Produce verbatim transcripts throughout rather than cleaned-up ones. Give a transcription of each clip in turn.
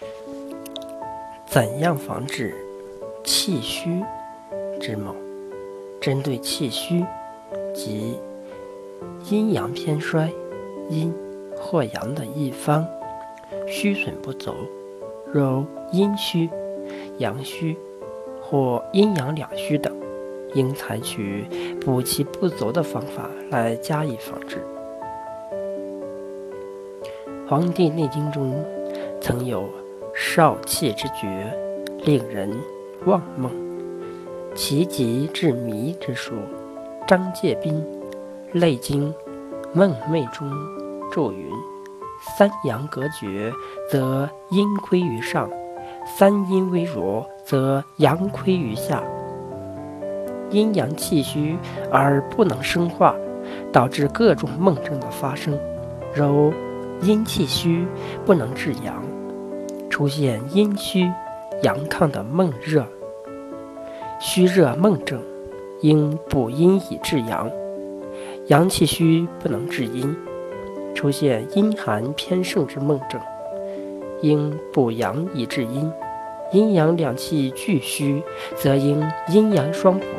怎样防治气虚之梦？针对气虚及阴阳偏衰、阴或阳的一方虚损不走，如阴虚、阳虚或阴阳两虚等，应采取补气不足的方法来加以防治。《黄帝内经》中曾有少气之绝，令人忘梦，其极致迷之说。张介宾《内经·梦寐》中注云：三阳隔绝，则阴亏于上；三阴微弱，则阳亏于下。阴阳气虚而不能生化，导致各种梦症的发生，如阴气虚不能制阳，出现阴虚阳亢的梦热、虚热梦症，应补阴以制阳；阳气虚不能制阴，出现阴寒偏盛之梦症，应补阳以制阴；阴阳两气俱虚，则应阴阳双补。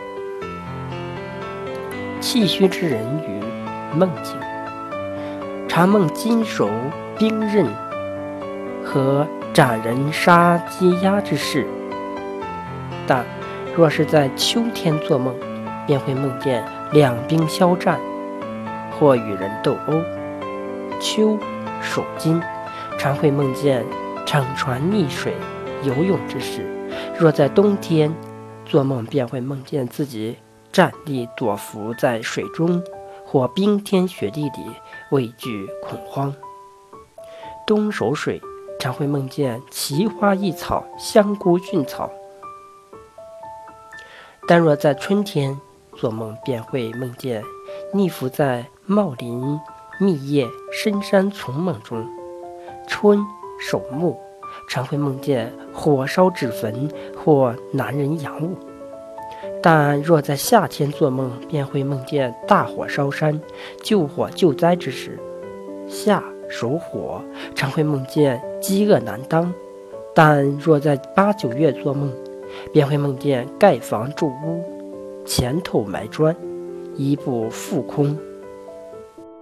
气虚之人于梦境，常梦金手兵刃和斩人杀鸡鸭之事，但若是在秋天做梦，便会梦见两兵交战，或与人斗殴。秋属金，常会梦见乘船溺水、游泳之事。若在冬天做梦，便会梦见自己站立躲伏在水中或冰天雪地里，畏惧恐慌。冬属水，常会梦见奇花异草、香菇菌草。但若在春天做梦，便会梦见溺伏在茂林密叶深山丛梦中。春属木，常会梦见火烧纸坟或男人阳物。但若在夏天做梦，便会梦见大火烧山、救火救灾之事。夏属火，常会梦见饥饿难当。但若在八九月做梦，便会梦见盖房筑屋、前头埋砖、衣不复空。